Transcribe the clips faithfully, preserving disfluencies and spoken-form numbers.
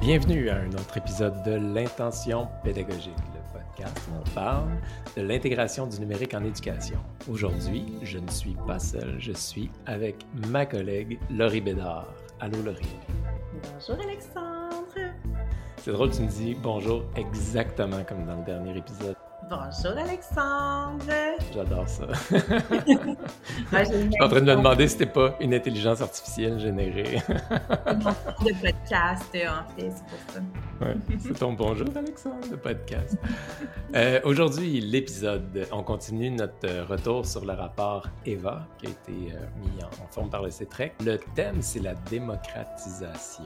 Bienvenue à un autre épisode de l'Intention pédagogique, le podcast où on parle de l'intégration du numérique en éducation. Aujourd'hui, je ne suis pas seul, je suis avec ma collègue Laurie Bédard. Allô Laurie. Bonjour Alexandre. C'est drôle, tu me dis bonjour exactement comme dans le dernier épisode. Bonjour Alexandre. J'adore ça. Ah, je suis en train de me demander si c'était pas une intelligence artificielle générée. C'est mon tour de podcast, en fait, c'est pour ça. Ouais, c'est ton bonjour Alexandre, le podcast. Euh, aujourd'hui, l'épisode, on continue notre retour sur le rapport E V A qui a été euh, mis en, en forme par le C E T R E C. Le thème, c'est la démocratisation.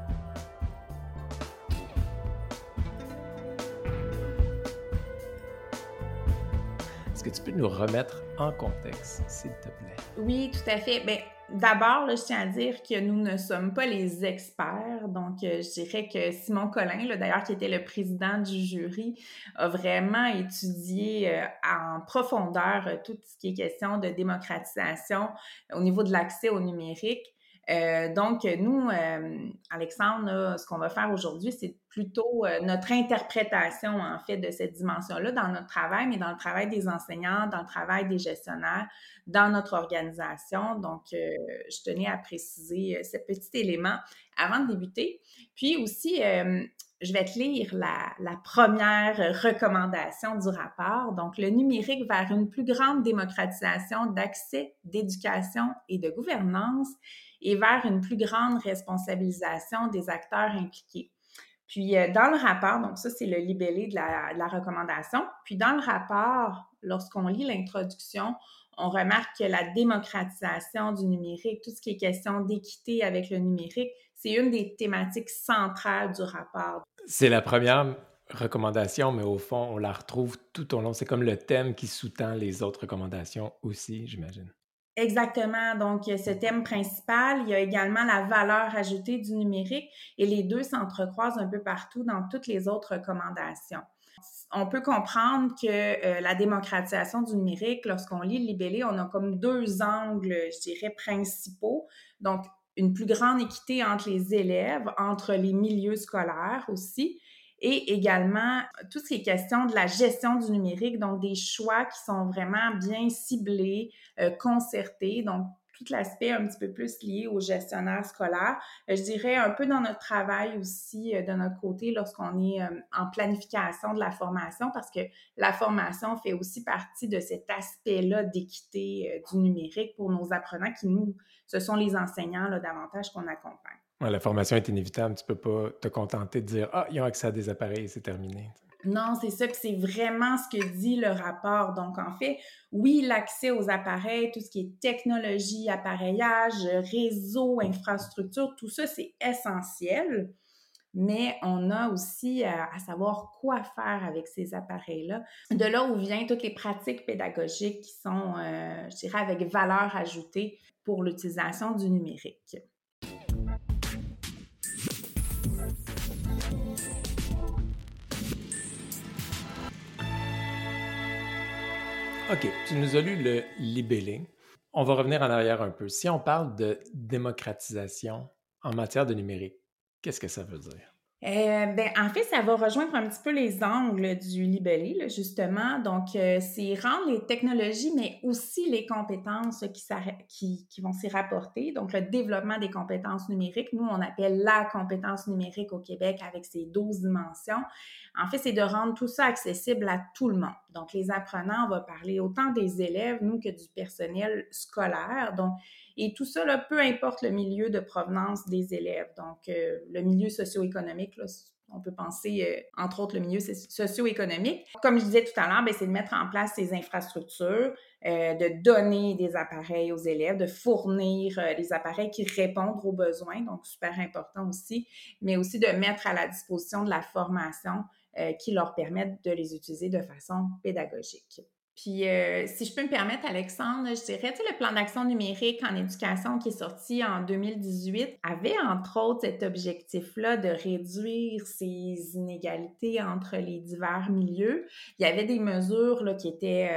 Est-ce que tu peux nous remettre en contexte, s'il te plaît? Oui, tout à fait. Bien, d'abord, là, je tiens à dire que nous ne sommes pas les experts. Donc, euh, je dirais que Simon Collin, là, d'ailleurs, qui était le président du jury, a vraiment étudié euh, en profondeur euh, tout ce qui est question de démocratisation au niveau de l'accès au numérique. Euh, donc, nous, euh, Alexandre, là, ce qu'on va faire aujourd'hui, c'est plutôt euh, notre interprétation, en fait, de cette dimension-là dans notre travail, mais dans le travail des enseignants, dans le travail des gestionnaires, dans notre organisation. Donc, euh, je tenais à préciser euh, ce petit élément avant de débuter. Puis aussi, euh, je vais te lire la, la première recommandation du rapport. Donc, le numérique vers une plus grande démocratisation d'accès, d'éducation et de gouvernance et vers une plus grande responsabilisation des acteurs impliqués. Puis, euh, dans le rapport, donc ça, c'est le libellé de la, de la recommandation. Puis, dans le rapport, lorsqu'on lit l'introduction, on remarque que la démocratisation du numérique, tout ce qui est question d'équité avec le numérique, c'est une des thématiques centrales du rapport. C'est la première recommandation, mais au fond, on la retrouve tout au long. C'est comme le thème qui sous-tend les autres recommandations aussi, j'imagine. Exactement. Donc, ce thème principal, il y a également la valeur ajoutée du numérique et les deux s'entrecroisent un peu partout dans toutes les autres recommandations. On peut comprendre que euh, la démocratisation du numérique, lorsqu'on lit le libellé, on a comme deux angles, je dirais, principaux. Donc, une plus grande équité entre les élèves, entre les milieux scolaires aussi, et également tout ce qui est question de la gestion du numérique, donc des choix qui sont vraiment bien ciblés, euh, concertés, donc tout l'aspect un petit peu plus lié aux gestionnaires scolaires. Euh, je dirais un peu dans notre travail aussi, euh, de notre côté, lorsqu'on est euh, en planification de la formation, parce que la formation fait aussi partie de cet aspect-là d'équité euh, du numérique pour nos apprenants qui, nous, ce sont les enseignants là, davantage qu'on accompagne. Ouais, la formation est inévitable. Tu ne peux pas te contenter de dire « Ah, ils ont accès à des appareils, c'est terminé. » Non, c'est ça, puis c'est vraiment ce que dit le rapport. Donc, en fait, oui, l'accès aux appareils, tout ce qui est technologie, appareillage, réseau, infrastructure, tout ça, c'est essentiel. Mais on a aussi à, à savoir quoi faire avec ces appareils-là. De là où viennent toutes les pratiques pédagogiques qui sont, euh, je dirais, avec valeur ajoutée pour l'utilisation du numérique. OK, tu nous as lu le libellé. On va revenir en arrière un peu. Si on parle de démocratisation en matière de numérique, qu'est-ce que ça veut dire? Euh, ben, en fait, ça va rejoindre un petit peu les angles du libellé, là, justement. Donc, euh, c'est rendre les technologies, mais aussi les compétences qui, qui, qui vont s'y rapporter. Donc, le développement des compétences numériques, nous, on appelle la compétence numérique au Québec avec ses douze dimensions. En fait, c'est de rendre tout ça accessible à tout le monde. Donc, les apprenants, on va parler autant des élèves, nous, que du personnel scolaire. Donc, et tout ça, là, peu importe le milieu de provenance des élèves. Donc, euh, le milieu socio-économique, là, on peut penser, euh, entre autres, le milieu socio-économique. Comme je disais tout à l'heure, bien, c'est de mettre en place ces infrastructures, euh, de donner des appareils aux élèves, de fournir euh, des appareils qui répondent aux besoins, donc super important aussi, mais aussi de mettre à la disposition de la formation euh, qui leur permette de les utiliser de façon pédagogique. Puis, euh, si je peux me permettre, Alexandre, je dirais, tu sais, le plan d'action numérique en éducation qui est sorti en deux mille dix-huit avait, entre autres, cet objectif-là de réduire ces inégalités entre les divers milieux. Il y avait des mesures là, qui étaient euh,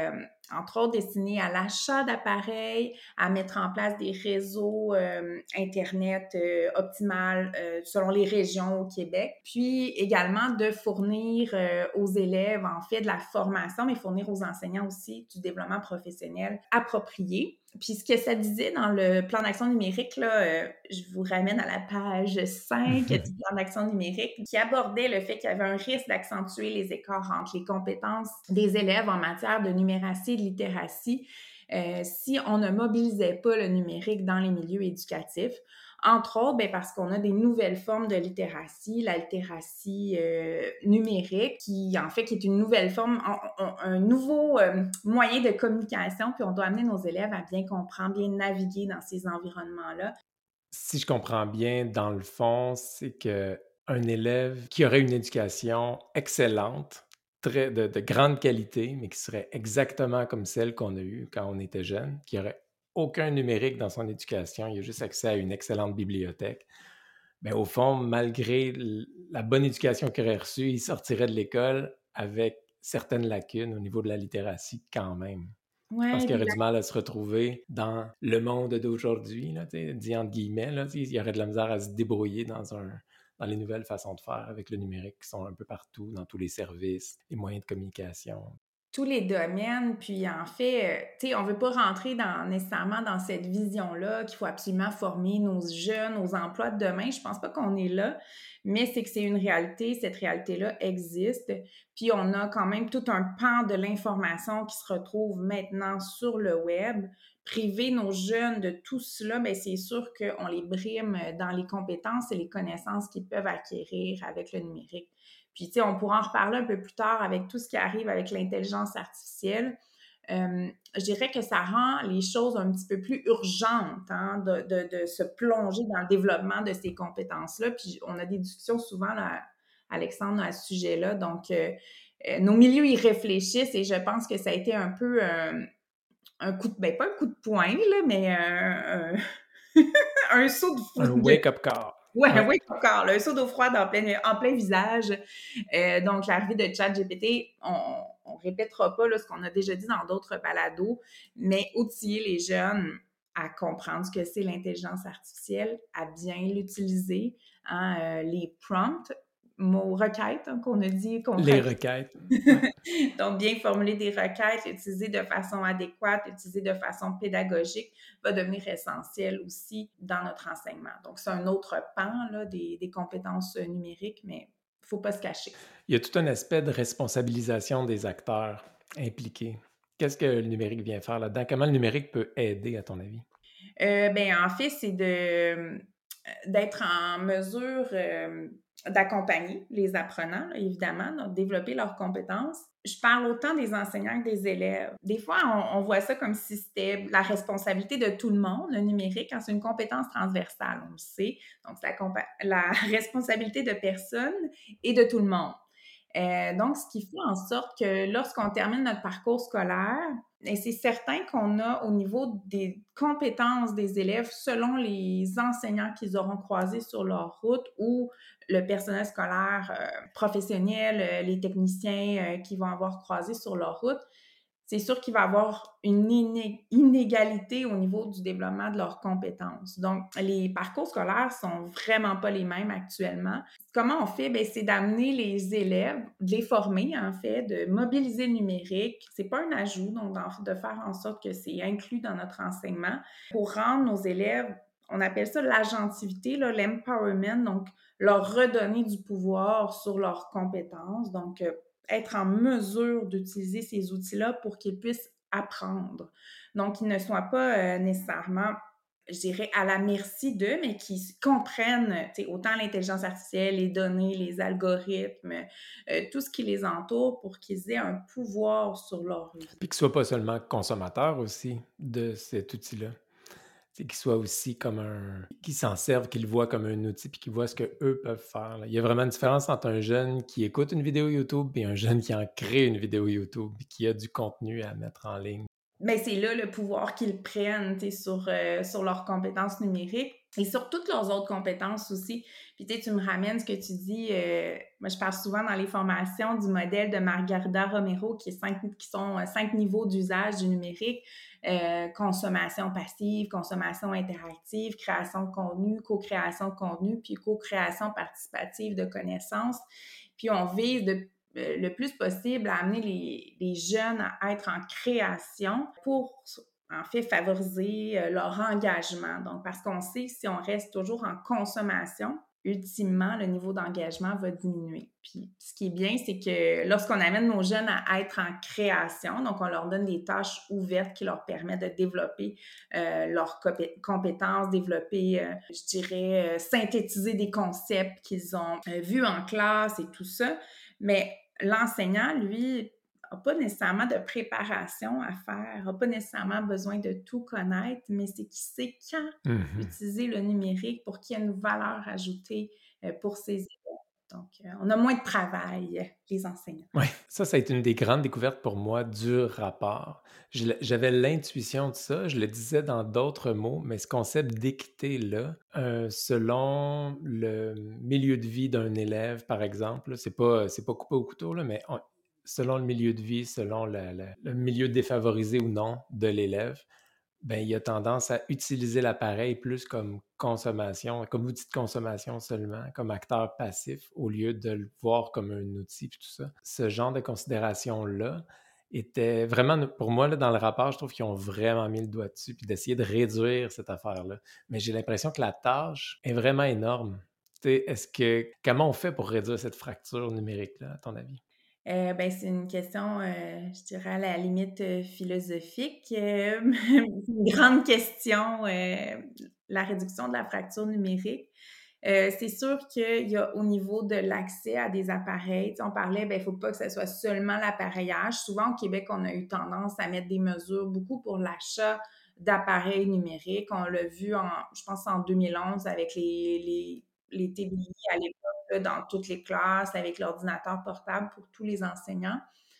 entre autres destinés à l'achat d'appareils, à mettre en place des réseaux euh, Internet euh, optimal euh, selon les régions au Québec, puis également de fournir euh, aux élèves, en fait, de la formation, mais fournir aux enseignants aussi du développement professionnel approprié. Puis ce que ça disait dans le plan d'action numérique, là, euh, je vous ramène à la page cinq du plan d'action numérique, qui abordait le fait qu'il y avait un risque d'accentuer les écarts entre les compétences des élèves en matière de numératie et de littératie euh, si on ne mobilisait pas le numérique dans les milieux éducatifs. Entre autres, bien, parce qu'on a des nouvelles formes de littératie, la littératie euh, numérique, qui en fait qui est une nouvelle forme, on, on, un nouveau euh, moyen de communication, puis on doit amener nos élèves à bien comprendre, bien naviguer dans ces environnements-là. Si je comprends bien, dans le fond, c'est que un élève qui aurait une éducation excellente, très de, de grande qualité, mais qui serait exactement comme celle qu'on a eue quand on était jeune, qui aurait aucun numérique dans son éducation, il a juste accès à une excellente bibliothèque. Mais au fond, malgré la bonne éducation qu'il aurait reçue, il sortirait de l'école avec certaines lacunes au niveau de la littératie quand même. Je pense Ouais, qu'il puis aurait la- du mal à se retrouver dans le monde d'aujourd'hui, là, dit entre guillemets. Là, il y aurait de la misère à se débrouiller dans, un, dans les nouvelles façons de faire avec le numérique qui sont un peu partout, dans tous les services, les moyens de communication. tous les domaines, puis en fait, euh, tu sais, on veut pas rentrer dans, nécessairement dans cette vision-là qu'il faut absolument former nos jeunes aux emplois de demain. Je pense pas qu'on est là, mais c'est que c'est une réalité, cette réalité-là existe, puis on a quand même tout un pan de l'information qui se retrouve maintenant sur le web. Priver nos jeunes de tout cela, bien, c'est sûr qu'on les brime dans les compétences et les connaissances qu'ils peuvent acquérir avec le numérique. Puis, tu sais, on pourra en reparler un peu plus tard avec tout ce qui arrive avec l'intelligence artificielle. Euh, je dirais que ça rend les choses un petit peu plus urgentes, hein, de, de, de se plonger dans le développement de ces compétences-là. Puis, on a des discussions souvent, là, Alexandre, à ce sujet-là. Donc, euh, euh, nos milieux y réfléchissent et je pense que ça a été un peu euh, un coup de, ben pas un coup de poing, là, mais un, un, un saut de Un fou. De, wake-up call. ouais, Ouais. oui, encore, là, un saut d'eau froide en plein, en plein visage. Euh, donc, l'arrivée de ChatGPT, on ne répétera pas là, ce qu'on a déjà dit dans d'autres balados, mais outiller les jeunes à comprendre ce que c'est l'intelligence artificielle, à bien l'utiliser, hein, euh, les prompts, mots requêtes hein, qu'on a dit qu'on Les traduit. requêtes. Ouais. Donc, bien formuler des requêtes, l'utiliser de façon adéquate, l'utiliser de façon pédagogique va devenir essentiel aussi dans notre enseignement. Donc, c'est un autre pan là, des, des compétences numériques, mais il ne faut pas se cacher. Il y a tout un aspect de responsabilisation des acteurs impliqués. Qu'est-ce que le numérique vient faire là-dedans? Comment le numérique peut aider, à ton avis? Euh, ben, en fait, c'est de, d'être en mesure euh, d'accompagner les apprenants, là, évidemment, de développer leurs compétences. Je parle autant des enseignants que des élèves. Des fois, on, on voit ça comme si c'était la responsabilité de tout le monde, le numérique, quand c'est une compétence transversale, on le sait. Donc, c'est la, compa- la responsabilité de personne et de tout le monde. Euh, donc, ce qui fait en sorte que lorsqu'on termine notre parcours scolaire, et c'est certain qu'on a au niveau des compétences des élèves, selon les enseignants qu'ils auront croisés sur leur route ou le personnel scolaire euh, professionnel, euh, les techniciens euh, qui vont avoir croisé sur leur route, c'est sûr qu'il va y avoir une iné- inégalité au niveau du développement de leurs compétences. Donc, les parcours scolaires sont vraiment pas les mêmes actuellement. Comment on fait? Bien, c'est d'amener les élèves, de les former, en fait, de mobiliser le numérique. C'est pas un ajout, donc de faire en sorte que c'est inclus dans notre enseignement pour rendre nos élèves, on appelle ça l'agentivité, là, l'empowerment, donc leur redonner du pouvoir sur leurs compétences. Donc, euh, être en mesure d'utiliser ces outils-là pour qu'ils puissent apprendre. Donc, qu'ils ne soient pas euh, nécessairement, je dirais, à la merci d'eux, mais qu'ils comprennent autant l'intelligence artificielle, les données, les algorithmes, euh, tout ce qui les entoure pour qu'ils aient un pouvoir sur leur vie. Puis qu'ils ne soient pas seulement consommateurs aussi de cet outil-là. C'est qu'ils soient aussi comme un... qu'ils s'en servent, qu'ils le voient comme un outil, puis qu'ils voient ce qu'eux peuvent faire. Là. Il y a vraiment une différence entre un jeune qui écoute une vidéo YouTube et un jeune qui en crée une vidéo YouTube, puis qui a du contenu à mettre en ligne. Mais c'est là le pouvoir qu'ils prennent sur, euh, sur leurs compétences numériques. Et sur toutes leurs autres compétences aussi. Puis, tu sais, tu me ramènes ce que tu dis. Euh, moi, je parle souvent dans les formations du modèle de Margarida Romero, qui, est cinq, qui sont euh, cinq niveaux d'usage du numérique. Euh, consommation passive, consommation interactive, création de contenu, co-création de contenu, puis co-création participative de connaissances. Puis, on vise de euh, le plus possible à amener les, les jeunes à être en création pour en fait, favoriser euh, leur engagement. Donc, parce qu'on sait que si on reste toujours en consommation, ultimement, le niveau d'engagement va diminuer. Puis, ce qui est bien, c'est que lorsqu'on amène nos jeunes à être en création, donc on leur donne des tâches ouvertes qui leur permettent de développer euh, leurs compé- compétences, développer, euh, je dirais, euh, synthétiser des concepts qu'ils ont euh, vus en classe et tout ça. Mais l'enseignant, lui, n'a pas nécessairement de préparation à faire, n'a pas nécessairement besoin de tout connaître, mais c'est qu'il sait quand Mhm. utiliser le numérique pour qu'il y ait une valeur ajoutée euh, pour ses élèves. Donc, euh, on a moins de travail, les enseignants. Oui, ça, ça a été une des grandes découvertes pour moi du rapport. Je l- J'avais l'intuition de ça, je le disais dans d'autres mots, mais ce concept d'équité-là, euh, selon le milieu de vie d'un élève, par exemple, là, c'est pas, c'est pas coupé au couteau, là, mais on- selon le milieu de vie, selon la- la- le milieu défavorisé ou non de l'élève, ben, il a tendance à utiliser l'appareil plus comme consommation, comme outil de consommation seulement, comme acteur passif, au lieu de le voir comme un outil, puis tout ça. Ce genre de considération-là était vraiment, pour moi, là, dans le rapport, je trouve qu'ils ont vraiment mis le doigt dessus, puis d'essayer de réduire cette affaire-là. Mais j'ai l'impression que la tâche est vraiment énorme. Tu sais, est-ce que, comment on fait pour réduire cette fracture numérique-là, à ton avis? Euh, ben, c'est une question, euh, je dirais, à la limite euh, philosophique. Euh, c'est une grande question, euh, la réduction de la fracture numérique. Euh, c'est sûr qu'il y a au niveau de l'accès à des appareils, tu sais, on parlait, ben, il ne faut pas que ce soit seulement l'appareillage. Souvent, au Québec, on a eu tendance à mettre des mesures beaucoup pour l'achat d'appareils numériques. On l'a vu, en, je pense, en deux mille onze avec les, les, les T B I à l'époque, là, dans toutes les classes, avec l'ordinateur portable pour tous les enseignants.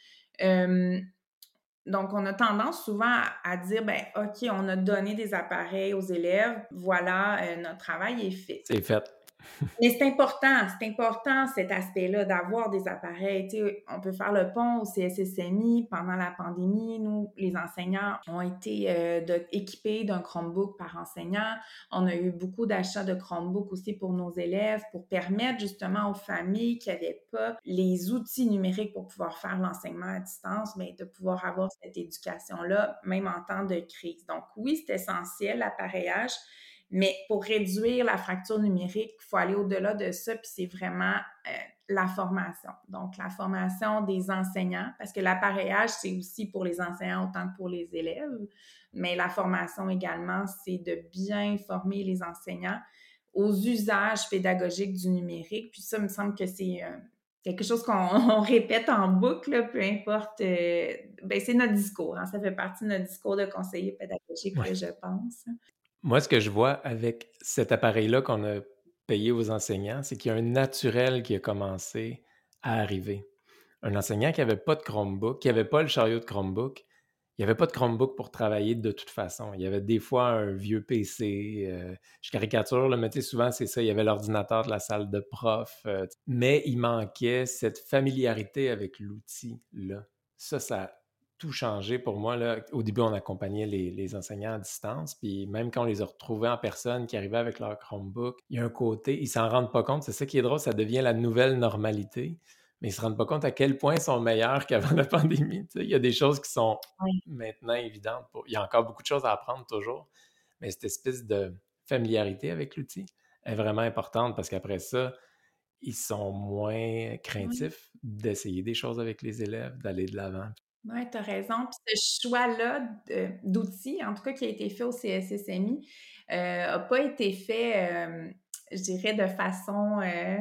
Euh, donc, on a tendance souvent à, à dire, ben, OK, on a donné des appareils aux élèves, voilà, euh, notre travail est fait. C'est fait. Mais c'est important, c'est important cet aspect-là d'avoir des appareils. Tu sais, on peut faire le pont au C S S M I. Pendant la pandémie, nous, les enseignants ont été euh, de, équipés d'un Chromebook par enseignant. On a eu beaucoup d'achats de Chromebook aussi pour nos élèves pour permettre justement aux familles qui n'avaient pas les outils numériques pour pouvoir faire l'enseignement à distance, mais de pouvoir avoir cette éducation-là, même en temps de crise. Donc oui, c'est essentiel, l'appareillage. Mais pour réduire la fracture numérique, il faut aller au-delà de ça, puis c'est vraiment euh, la formation. Donc, la formation des enseignants, parce que l'appareillage, c'est aussi pour les enseignants autant que pour les élèves, mais la formation également, c'est de bien former les enseignants aux usages pédagogiques du numérique. Puis ça, il me semble que c'est euh, quelque chose qu'on on répète en boucle, peu importe. Euh, ben c'est notre discours, hein, ça fait partie de notre discours de conseiller pédagogique, Ouais. là, je pense. Moi, ce que je vois avec cet appareil-là qu'on a payé aux enseignants, c'est qu'il y a un naturel qui a commencé à arriver. Un enseignant qui n'avait pas de Chromebook, qui n'avait pas le chariot de Chromebook, il n'y avait pas de Chromebook pour travailler de toute façon. Il y avait des fois un vieux P C, euh, je caricature, là, mais tu sais, souvent c'est ça, il y avait l'ordinateur de la salle de prof, euh, mais il manquait cette familiarité avec l'outil-là. Ça, ça a tout changé pour moi. Là. Au début, on accompagnait les, les enseignants à distance, puis même quand on les a retrouvés en personne, qui arrivaient avec leur Chromebook, il y a un côté, ils s'en rendent pas compte, c'est ça qui est drôle, ça devient la nouvelle normalité, mais ils se rendent pas compte à quel point ils sont meilleurs qu'avant la pandémie. Tu sais, il y a des choses qui sont Oui. maintenant évidentes. Pour... Il y a encore beaucoup de choses à apprendre toujours, mais cette espèce de familiarité avec l'outil est vraiment importante parce qu'après ça, ils sont moins Oui, craintifs d'essayer des choses avec les élèves, d'aller de l'avant. ouais, tu as raison. Puis ce choix-là de- d'outils, en tout cas qui a été fait au C S S M I, n'a pas été fait, euh, je dirais, de façon euh,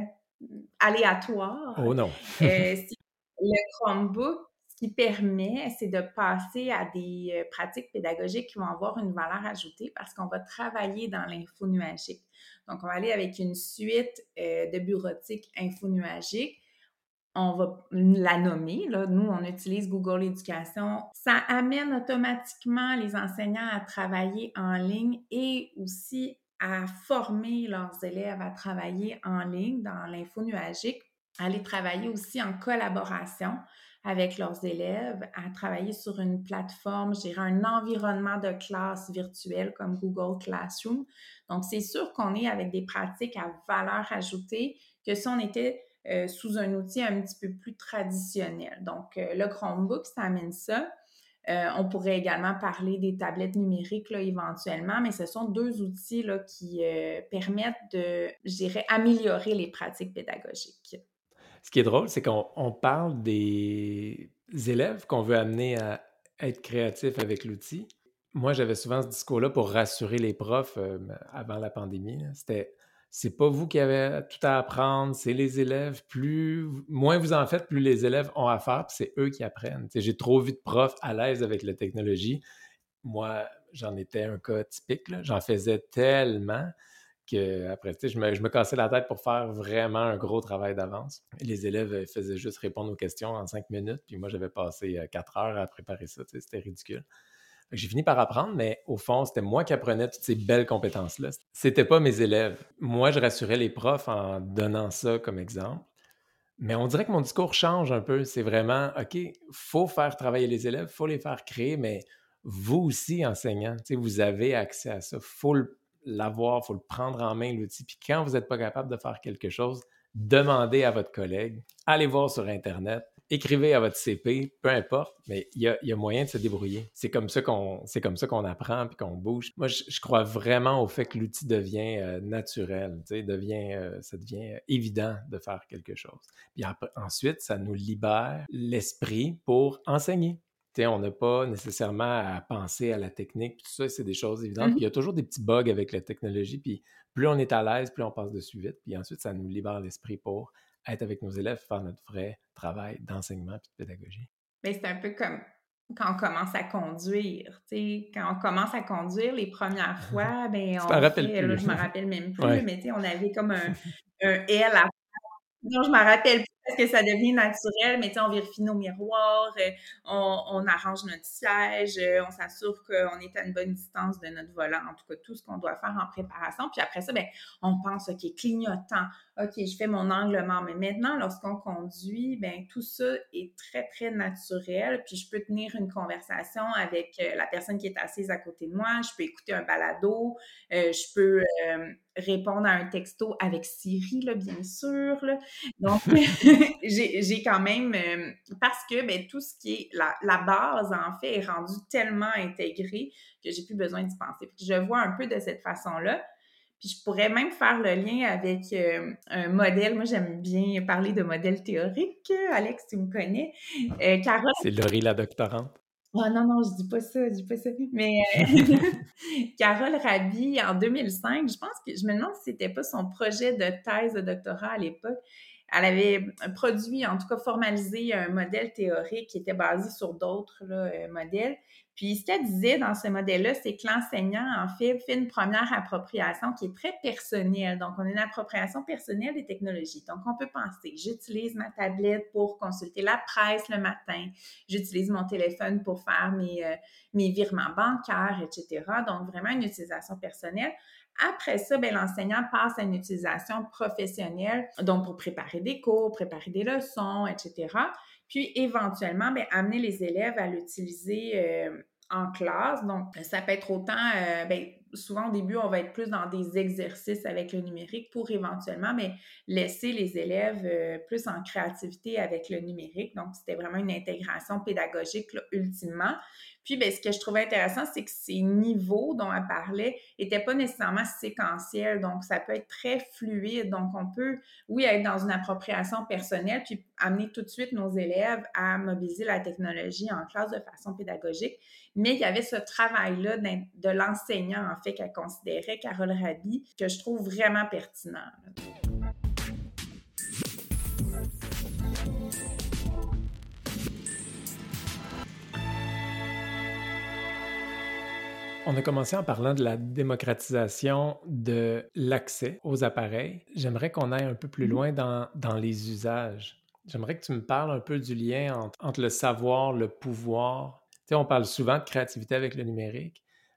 aléatoire. Oh non! Euh, si- le Chromebook, ce qui permet, c'est de passer à des euh, pratiques pédagogiques qui vont avoir une valeur ajoutée parce qu'on va travailler dans l'info nuagique. Donc, on va aller avec une suite euh, de bureautique info nuagique. On va la nommer. Là. Nous, on utilise Google Éducation. Ça amène automatiquement les enseignants à travailler en ligne et aussi à former leurs élèves à travailler en ligne dans l'info nuagique, à aller travailler aussi en collaboration avec leurs élèves, à travailler sur une plateforme, je dirais un environnement de classe virtuel comme Google Classroom. Donc, c'est sûr qu'on est avec des pratiques à valeur ajoutée que si on était euh, sous un outil un petit peu plus traditionnel. Donc, euh, le Chromebook, ça amène ça. Euh, on pourrait également parler des tablettes numériques là, éventuellement, mais ce sont deux outils là, qui euh, permettent de, je dirais, améliorer les pratiques pédagogiques. Ce qui est drôle, c'est qu'on on parle des élèves qu'on veut amener à être créatifs avec l'outil. Moi, j'avais souvent ce discours-là pour rassurer les profs euh, avant la pandémie. Là. C'était, c'est pas vous qui avez tout à apprendre, c'est les élèves. Plus, moins vous en faites, plus les élèves ont à faire, puis c'est eux qui apprennent. T'sais, j'ai trop vu de profs à l'aise avec la technologie. Moi, j'en étais un cas typique. Là. J'en faisais tellement que après, tu sais, je me, je me cassais la tête pour faire vraiment un gros travail d'avance. Les élèves euh, faisaient juste répondre aux questions en cinq minutes, puis moi, j'avais passé euh, quatre heures à préparer ça, tu sais, c'était ridicule. Fait que j'ai fini par apprendre, mais au fond, c'était moi qui apprenais toutes ces belles compétences-là. C'était pas mes élèves. Moi, je rassurais les profs en donnant ça comme exemple. Mais on dirait que mon discours change un peu. C'est vraiment, OK, faut faire travailler les élèves, faut les faire créer, mais vous aussi, enseignants, tu sais, vous avez accès à ça. Faut le- l'avoir, faut le prendre en main, l'outil. Puis quand vous n'êtes pas capable de faire quelque chose, demandez à votre collègue, allez voir sur Internet, écrivez à votre C P, peu importe, mais il y a, il y a moyen de se débrouiller. C'est comme ça qu'on, c'est comme ça qu'on apprend puis qu'on bouge. Moi, je, je crois vraiment au fait que l'outil devient euh, naturel, tu sais, devient, euh, ça devient évident de faire quelque chose. Puis après, ensuite, ça nous libère l'esprit pour enseigner. T'sais, on n'a pas nécessairement à penser à la technique, puis tout ça, c'est des choses évidentes. Puis il y a toujours des petits bugs avec la technologie, puis plus on est à l'aise, plus on passe dessus vite. Puis ensuite, ça nous libère l'esprit pour être avec nos élèves, faire notre vrai travail d'enseignement puis de pédagogie. Mais c'est un peu comme quand on commence à conduire, tu sais, quand on commence à conduire les premières fois, ben Tu t'en on rappelles fait, là, plus. je me rappelle même plus, là, Ouais. mais tu sais, on avait comme un, un L à non, je m'en rappelle plus parce que ça devient naturel, mais tu sais, on vérifie nos miroirs, euh, on, on arrange notre siège, euh, on s'assure qu'on est à une bonne distance de notre volant, en tout cas, tout ce qu'on doit faire en préparation. Puis après ça, ben, on pense, OK, clignotant, OK, je fais mon angle mort. Mais maintenant, lorsqu'on conduit, ben, tout ça est très, très naturel. Puis je peux tenir une conversation avec euh, la personne qui est assise à côté de moi, je peux écouter un balado, euh, je peux euh, répondre à un texto avec Siri, là, bien sûr, là. Donc, j'ai, j'ai quand même, euh, parce que ben, tout ce qui est la, la base, en fait, est rendu tellement intégré que j'ai plus besoin d'y penser. Puis je vois un peu de cette façon-là. Puis je pourrais même faire le lien avec euh, un modèle. Moi, j'aime bien parler de modèle théorique. Alex, tu me connais. Euh, Carole. C'est Laurie la doctorante. Oh non, non, je dis pas ça, je dis pas ça. Mais euh, Carole Raby, en deux mille cinq, je pense que je me demande si c'était pas son projet de thèse de doctorat à l'époque. Elle avait produit, en tout cas formalisé un modèle théorique qui était basé sur d'autres là, euh, modèles. Puis ce qu'elle disait dans ce modèle-là, c'est que l'enseignant, en fait, fait une première appropriation qui est très personnelle. Donc, on a une appropriation personnelle des technologies. Donc, on peut penser, j'utilise ma tablette pour consulter la presse le matin, j'utilise mon téléphone pour faire mes, euh, mes virements bancaires, et cetera. Donc, vraiment une utilisation personnelle. Après ça, ben, l'enseignant passe à une utilisation professionnelle, donc pour préparer des cours, préparer des leçons, et cetera. Puis, éventuellement, ben, amener les élèves à l'utiliser euh, en classe. Donc, ça peut être autant, euh, ben, souvent au début, on va être plus dans des exercices avec le numérique pour éventuellement ben, laisser les élèves euh, plus en créativité avec le numérique. Donc, c'était vraiment une intégration pédagogique, là, ultimement. Puis, ben, ce que je trouvais intéressant, c'est que ces niveaux dont elle parlait n'étaient pas nécessairement séquentiels. Donc, ça peut être très fluide. Donc, on peut, oui, être dans une appropriation personnelle, puis amener tout de suite nos élèves à mobiliser la technologie en classe de façon pédagogique. Mais il y avait ce travail-là de l'enseignant, en fait, qu'elle considérait, Carole Raby, que je trouve vraiment pertinent. On a commencé en parlant de la démocratisation de l'accès aux appareils. J'aimerais qu'on aille un peu plus loin dans, dans les usages. J'aimerais que tu me parles un peu du lien entre, entre le savoir, le pouvoir. Tu sais, on parle souvent de créativité avec le numérique,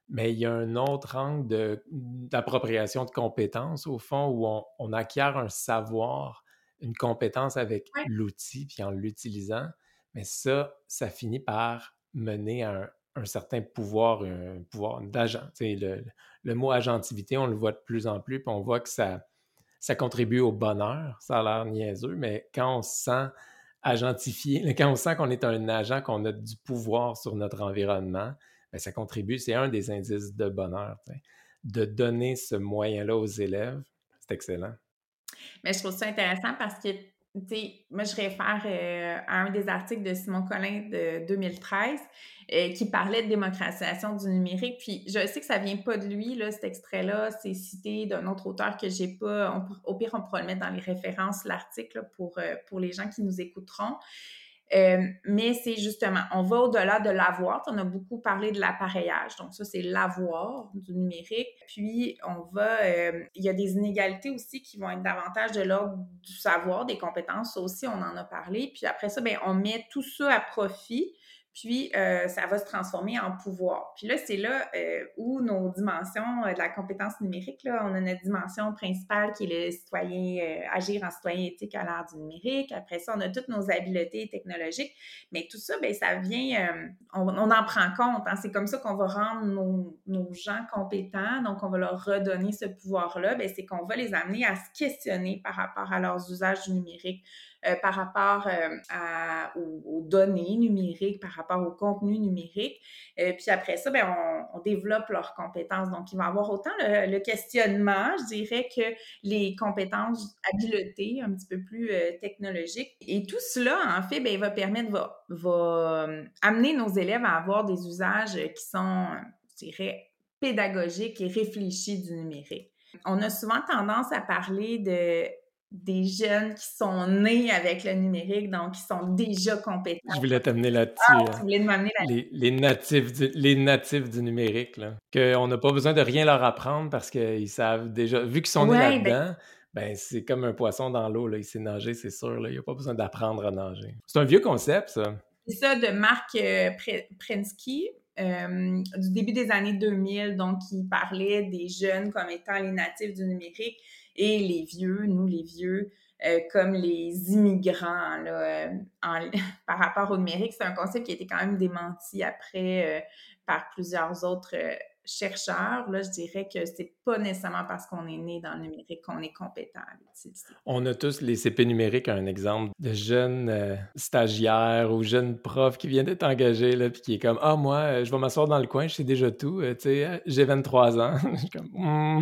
Mais il y a un autre angle de, d'appropriation de compétences, au fond, où on, on acquiert un savoir, une compétence avec Ouais. l'outil, puis en l'utilisant. Mais ça, ça finit par mener à un, un certain pouvoir, un pouvoir d'agent. Tu sais, le, le mot agentivité, on le voit de plus en plus, puis on voit que ça, ça contribue au bonheur. Ça a l'air niaiseux, mais quand on se sent agentifié, quand on sent qu'on est un agent, qu'on a du pouvoir sur notre environnement, bien, ça contribue, c'est un des indices de bonheur. T'sais. De donner ce moyen-là aux élèves, c'est excellent. Mais je trouve ça intéressant parce que, tu sais, moi, je réfère euh, à un des articles de Simon Collin de deux mille treize euh, qui parlait de démocratisation du numérique. Puis, je sais que ça vient pas de lui, là, cet extrait-là. C'est cité d'un autre auteur que j'ai pas. On, au pire, on pourra le mettre dans les références, l'article, pour, euh, pour les gens qui nous écouteront. Euh, mais c'est justement, on va au-delà de l'avoir. On a beaucoup parlé de l'appareillage. Donc, ça, c'est l'avoir du numérique. Puis, on va, euh, il y a des inégalités aussi qui vont être davantage de l'ordre du savoir, des compétences. Ça aussi, on en a parlé. Puis après ça, bien, on met tout ça à profit. Puis, euh, ça va se transformer en pouvoir. Puis là, c'est là euh, où nos dimensions euh, de la compétence numérique, là, on a notre dimension principale qui est le citoyen, euh, agir en citoyen éthique à l'ère du numérique. Après ça, on a toutes nos habiletés technologiques. Mais tout ça, bien, ça vient, euh, on, on en prend compte. Hein. C'est comme ça qu'on va rendre nos, nos gens compétents. Donc, on va leur redonner ce pouvoir-là. Bien, c'est qu'on va les amener à se questionner par rapport à leurs usages du numérique. Euh, par rapport euh, à, aux, aux données numériques, par rapport au contenu numérique. Euh, puis après ça, bien, on, on développe leurs compétences. Donc, il va y avoir autant le, le questionnement, je dirais, que les compétences habiletés un petit peu plus euh, technologiques. Et tout cela, en fait, bien, il va permettre, va, va euh, amener nos élèves à avoir des usages qui sont, je dirais, pédagogiques et réfléchis du numérique. On a souvent tendance à parler de des jeunes qui sont nés avec le numérique, donc qui sont déjà compétents. Je voulais t'amener Ah, là-dessus. tu Hein. voulais m'amener là Les, les, natifs du, les natifs du numérique, là. Qu'on n'a pas besoin de rien leur apprendre parce qu'ils savent déjà, vu qu'ils sont nés ouais, ben, là-dedans, ben c'est comme un poisson dans l'eau, là. Il sait nager, c'est sûr. Là. Il n'y a pas besoin d'apprendre à nager. C'est un vieux concept, ça. c'est ça de Marc euh, Pre- Prensky, euh, du début des années deux mille, donc il parlait des jeunes comme étant les natifs du numérique et les vieux, nous les vieux, euh, comme les immigrants là, euh, en- par rapport au numérique. C'est un concept qui a été quand même démenti après euh, par plusieurs autres euh, chercheurs. Là, je dirais que c'est pas nécessairement parce qu'on est né dans le numérique qu'on est compétent à l'utiliser. On a tous les C P numériques, un exemple de jeunes euh, stagiaires ou jeunes profs qui viennent d'être engagés, là, puis qui est comme « Ah, moi, euh, je vais m'asseoir dans le coin, je sais déjà tout, euh, tu sais, euh, j'ai vingt-trois ans. » Je suis comme hmm.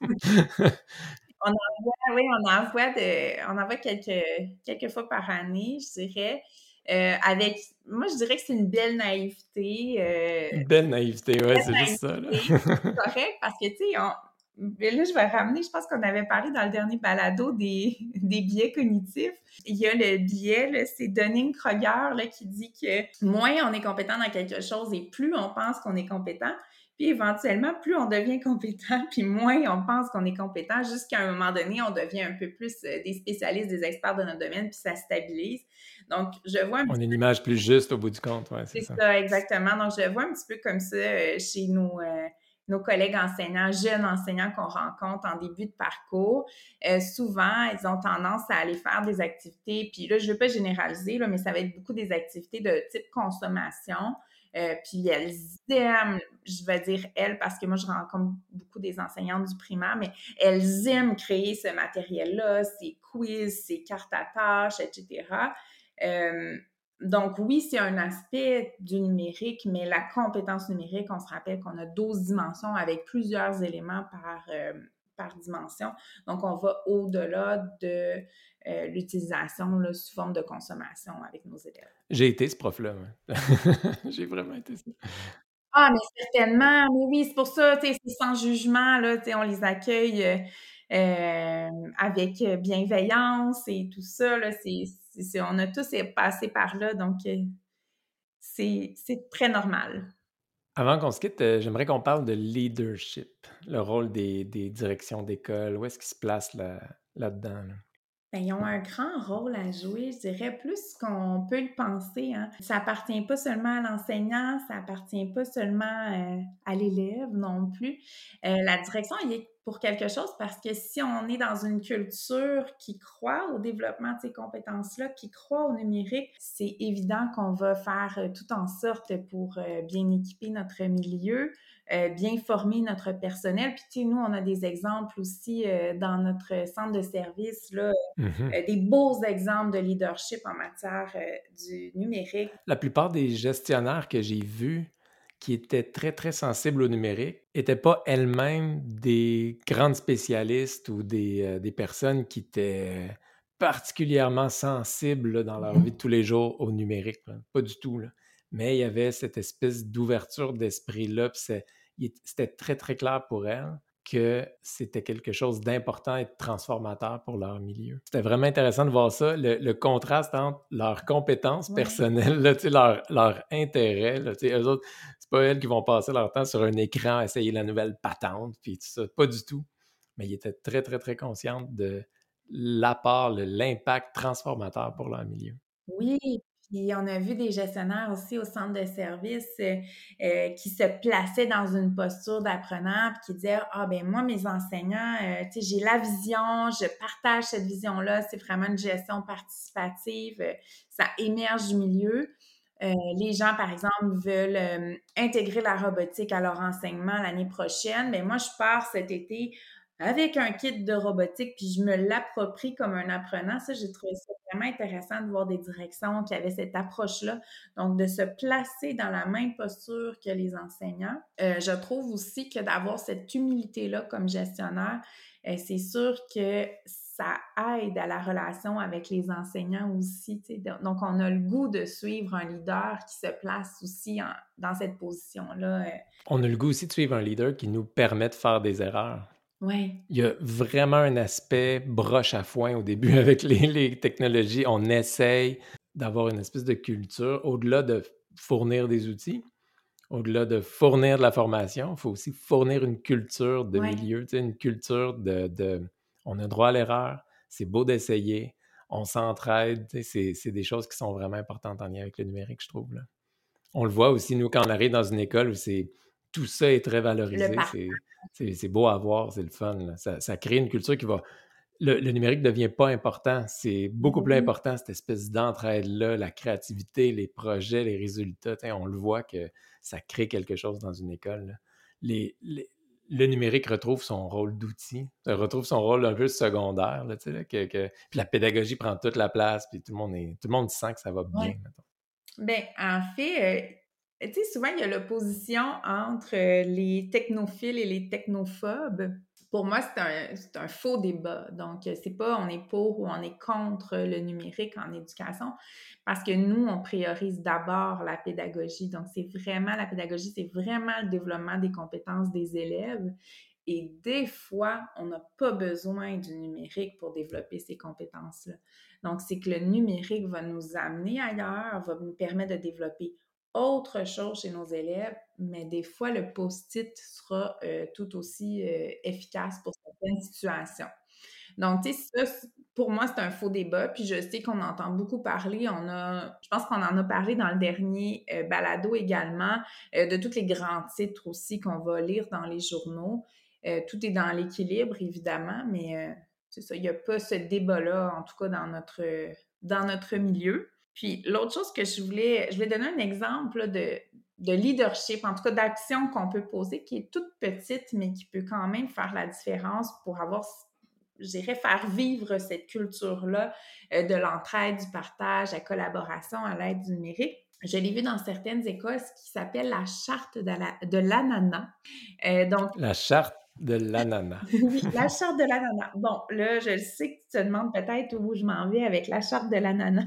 On envoie, oui, on envoie de, on envoie quelques, quelques fois par année, je dirais, euh, avec, moi, je dirais que c'est une belle naïveté, euh, Une belle naïveté, ouais, c'est juste ça, là. naïveté, c'est correct, parce que, tu sais, on, mais là, je vais ramener, je pense qu'on avait parlé dans le dernier balado des, des biais cognitifs. Il y a le biais, là, c'est Dunning-Kruger, là, qui dit que moins on est compétent dans quelque chose et plus on pense qu'on est compétent, puis éventuellement, plus on devient compétent, puis moins on pense qu'on est compétent, jusqu'à un moment donné, on devient un peu plus euh, des spécialistes, des experts de notre domaine, puis ça stabilise. Donc, je vois un On petit a une image plus juste au bout du compte, ouais, c'est peu ça. ça, exactement. Donc, je vois un petit peu comme ça euh, chez nos, euh, nos collègues enseignants, jeunes enseignants qu'on rencontre en début de parcours. Euh, souvent, ils ont tendance à aller faire des activités, puis là, je ne veux pas généraliser, là, mais ça va être beaucoup des activités de type consommation. Euh, puis elles aiment, je vais dire elles, parce que moi, je rencontre beaucoup des enseignantes du primaire, mais elles aiment créer ce matériel-là, ces quiz, ces cartes à tâches, et cetera. Euh, donc oui, c'est un aspect du numérique, mais la compétence numérique, on se rappelle qu'on a douze dimensions avec plusieurs éléments par, euh, par dimension. Donc, on va au-delà de euh, l'utilisation là, sous forme de consommation avec nos élèves. J'ai été ce prof-là, ouais. J'ai vraiment été ça. Ah, mais certainement, mais oui, c'est pour ça, tu sais, c'est sans jugement, là, tu sais, on les accueille euh, euh, avec bienveillance et tout ça, là, c'est, c'est, c'est- on a tous passé par là, donc euh, c'est, c'est très normal. Avant qu'on se quitte, euh, j'aimerais qu'on parle de leadership, le rôle des, des directions d'école. Où est-ce qu'ils se placent là, là-dedans? Là? Ben, ils ont un grand rôle à jouer, je dirais plus qu'on peut le penser, hein. Ça appartient pas seulement à l'enseignant, ça appartient pas seulement, heu, à l'élève non plus. Heu, la direction y est pour quelque chose parce que si on est dans une culture qui croit au développement de ces compétences-là, qui croit au numérique, c'est évident qu'on va faire, heu, tout en sorte pour, heu, bien équiper notre milieu, heu, bien former notre personnel. Puis, tu sais, nous, on a des exemples aussi, heu, dans notre centre de service, là, Mhm. euh, des beaux exemples de leadership en matière euh, du numérique. La plupart des gestionnaires que j'ai vus qui étaient très, très sensibles au numérique n'étaient pas elles-mêmes des grandes spécialistes ou des, euh, des personnes qui étaient particulièrement sensibles là, dans leur vie de tous les jours au numérique, là. Pas du tout, là. Mais il y avait cette espèce d'ouverture d'esprit-là, puis c'est- il- c'était très, très clair pour elles que c'était quelque chose d'important et de transformateur pour leur milieu. C'était vraiment intéressant de voir ça, le, le contraste entre leurs compétences Ouais. personnelles, là, tu sais, leur, leur intérêt. Là, tu sais, eux autres, c'est pas elles qui vont passer leur temps sur un écran à essayer la nouvelle patente, puis tout ça, pas du tout. Mais ils étaient très, très, très conscients de l'apport, le- l'impact transformateur pour leur milieu. Oui, puis on a vu des gestionnaires aussi au centre de service euh, euh, qui se plaçaient dans une posture d'apprenant puis qui disaient ah ben moi mes enseignants euh, tu sais j'ai la vision, je partage cette vision-là, c'est vraiment une gestion participative, euh, ça émerge du milieu. Euh, les gens, par exemple, veulent euh, intégrer la robotique à leur enseignement l'année prochaine. Mais moi, je pars cet été avec un kit de robotique, puis je me l'approprie comme un apprenant. Ça, j'ai trouvé ça vraiment intéressant de voir des directions qui avaient cette approche-là. Donc, de se placer dans la même posture que les enseignants. Euh, je trouve aussi que d'avoir cette humilité-là comme gestionnaire, euh, c'est sûr que ça aide à la relation avec les enseignants aussi. Tu sais. Donc, on a le goût de suivre un leader qui se place aussi en- dans cette position-là. euh. On a le goût aussi de suivre un leader qui nous permet de faire des erreurs. Ouais. Il y a vraiment un aspect broche à foin au début avec les, les technologies. On essaye d'avoir une espèce de culture, au-delà de fournir des outils, au-delà de fournir de la formation, il faut aussi fournir une culture de Ouais. milieu, tu sais, une culture de, de on a droit à l'erreur, c'est beau d'essayer, on s'entraide, tu sais, c'est, c'est des choses qui sont vraiment importantes en lien avec le numérique, je trouve, là. On le voit aussi, nous, quand on arrive dans une école où c'est, tout ça est très Le valorisé, parcours. c'est, c'est, c'est beau à voir, c'est le fun, là. Ça, ça crée une culture qui va... Le, le numérique ne devient pas important, c'est beaucoup plus Oui. important, cette espèce d'entraide-là, la créativité, les projets, les résultats. Tu sais, on le voit que ça crée quelque chose dans une école, là. Les, les- le numérique retrouve son rôle d'outil, ça retrouve son rôle un peu secondaire, là, tu sais, là, que, que- puis la pédagogie prend toute la place, puis tout le monde, est, tout le monde sent que ça va bien, Ouais. mettons. Ben, en fait, euh, tu sais, souvent, il y a l'opposition entre euh, les technophiles et les technophobes. Pour moi, c'est un, c'est un faux débat. Donc, euh, c'est pas on est pour ou on est contre le numérique en éducation, parce que nous, on priorise d'abord la pédagogie. Donc, c'est vraiment la pédagogie, c'est vraiment le développement des compétences des élèves. Et des fois, on n'a pas besoin du numérique pour développer ces compétences-là. Donc, c'est que le numérique va nous amener ailleurs, va nous permettre de développer autre chose chez nos élèves, mais des fois, le post-it sera euh, tout aussi euh, efficace pour certaines situations. Donc, tu sais, ça, pour moi, c'est un faux débat. Puis je sais qu'on entend beaucoup parler. On a, je pense qu'on en a parlé dans le dernier euh, balado également, euh, de tous les grands titres aussi qu'on va lire dans les journaux. Euh, tout est dans l'équilibre, évidemment, mais euh, c'est ça, il n'y a pas ce débat-là, en tout cas dans notre, dans notre milieu. Puis l'autre chose que je voulais, je voulais donner un exemple là, de, de leadership, en tout cas d'action qu'on peut poser, qui est toute petite, mais qui peut quand même faire la différence pour avoir, je dirais, faire vivre cette culture-là euh, de l'entraide, du partage, la collaboration à l'aide du numérique. Je l'ai vu dans certaines écoles, ce qui s'appelle la charte de, la, de l'ananas. Euh, donc, La charte de l'ananas. oui, la charte de l'ananas. Bon, là, je sais que tu te demandes peut-être où je m'en vais avec la charte de l'ananas.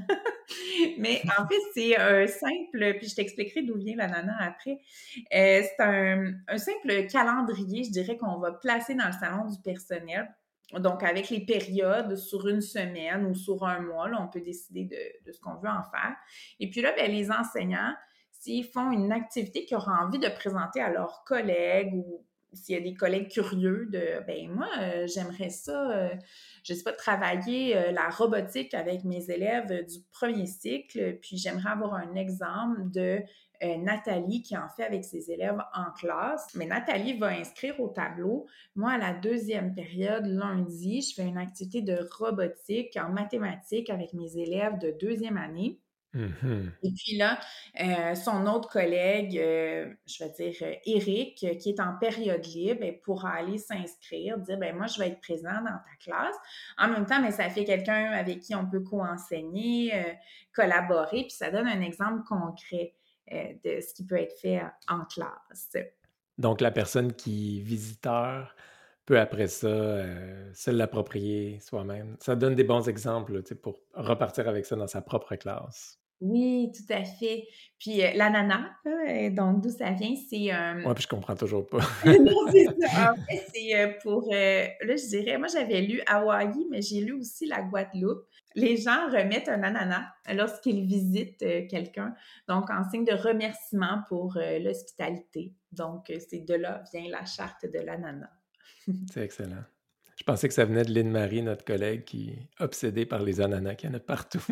Mais en fait, c'est un simple, puis je t'expliquerai d'où vient l'ananas après. Euh, c'est un, un simple calendrier, je dirais, qu'on va placer dans le salon du personnel. Donc, avec les périodes sur une semaine ou sur un mois, là, on peut décider de, de ce qu'on veut en faire. Et puis là, ben, les enseignants, s'ils font une activité qu'ils auront envie de présenter à leurs collègues ou s'il y a des collègues curieux de, ben moi, euh, j'aimerais ça, euh, je sais pas, travailler euh, la robotique avec mes élèves euh, du premier cycle, puis j'aimerais avoir un exemple de euh, Nathalie qui en fait avec ses élèves en classe. Mais Nathalie va inscrire au tableau. Moi, à la deuxième période, lundi, je fais une activité de robotique en mathématiques avec mes élèves de deuxième année. Mm-hmm. Et puis là, euh, son autre collègue, euh, je vais dire euh, Eric, euh, qui est en période libre, ben, pourra aller s'inscrire, dire ben moi je vais être présent dans ta classe. En même temps, mais ça fait quelqu'un avec qui on peut co-enseigner, euh, collaborer, puis ça donne un exemple concret euh, de ce qui peut être fait en classe. Donc, la personne qui est visiteur peut après ça euh, se l'approprier soi-même. Ça donne des bons exemples là, tu sais, pour repartir avec ça dans sa propre classe. Oui, tout à fait. Puis euh, l'ananas, là, euh, donc d'où ça vient, c'est un... Ouais, puis je comprends toujours pas. Non, c'est ça. En fait, c'est euh, pour, euh, là, je dirais, moi, j'avais lu Hawaï, mais j'ai lu aussi la Guadeloupe. Les gens remettent un ananas lorsqu'ils visitent euh, quelqu'un, donc en signe de remerciement pour euh, l'hospitalité. Donc, euh, c'est de là vient la charte de l'ananas. C'est excellent. Je pensais que ça venait de Lynne-Marie, notre collègue, qui est obsédée par les ananas qu'il y en a partout.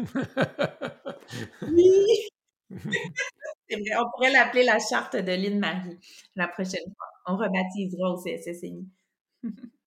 Oui! C'est vrai, on pourrait l'appeler la charte de Lynne-Marie la prochaine fois. On rebaptisera au C S S M I.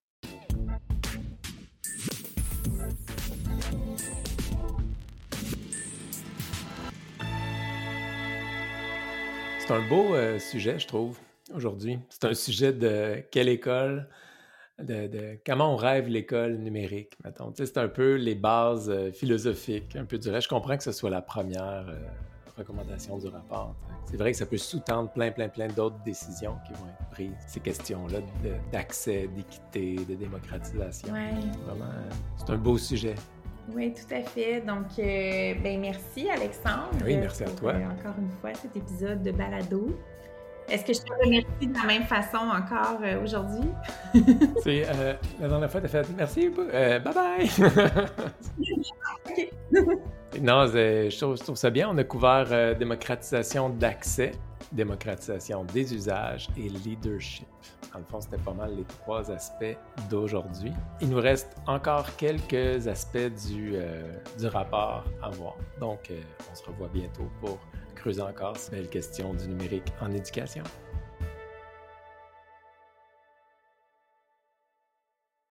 C'est un beau euh, sujet, je trouve, aujourd'hui. C'est un sujet de quelle école, de, de comment on rêve l'école numérique, mettons. Tu sais, c'est un peu les bases euh, philosophiques, un peu du reste. Je comprends que ce soit la première euh, recommandation du rapport. C'est vrai que ça peut sous-tendre plein, plein, plein d'autres décisions qui vont être prises. Ces questions-là de- d'accès, d'équité, de démocratisation. Ouais. Vraiment, euh, c'est un beau sujet. Oui, tout à fait. Donc, euh, ben merci Alexandre. Oui, merci à pour, toi. euh, encore une fois, cet épisode de Balado. Est-ce que je te remercie de la même façon encore euh, aujourd'hui? C'est euh, la dernière fois, tu as fait merci, euh, bye bye! Non, c'est- je trouve, je trouve ça bien. On a couvert euh, démocratisation d'accès, démocratisation des usages et leadership. Dans le fond, c'était pas mal les trois aspects d'aujourd'hui. Il nous reste encore quelques aspects du, euh, du rapport à voir. Donc, euh, on se revoit bientôt pour creuser encore ces belles questions du numérique en éducation.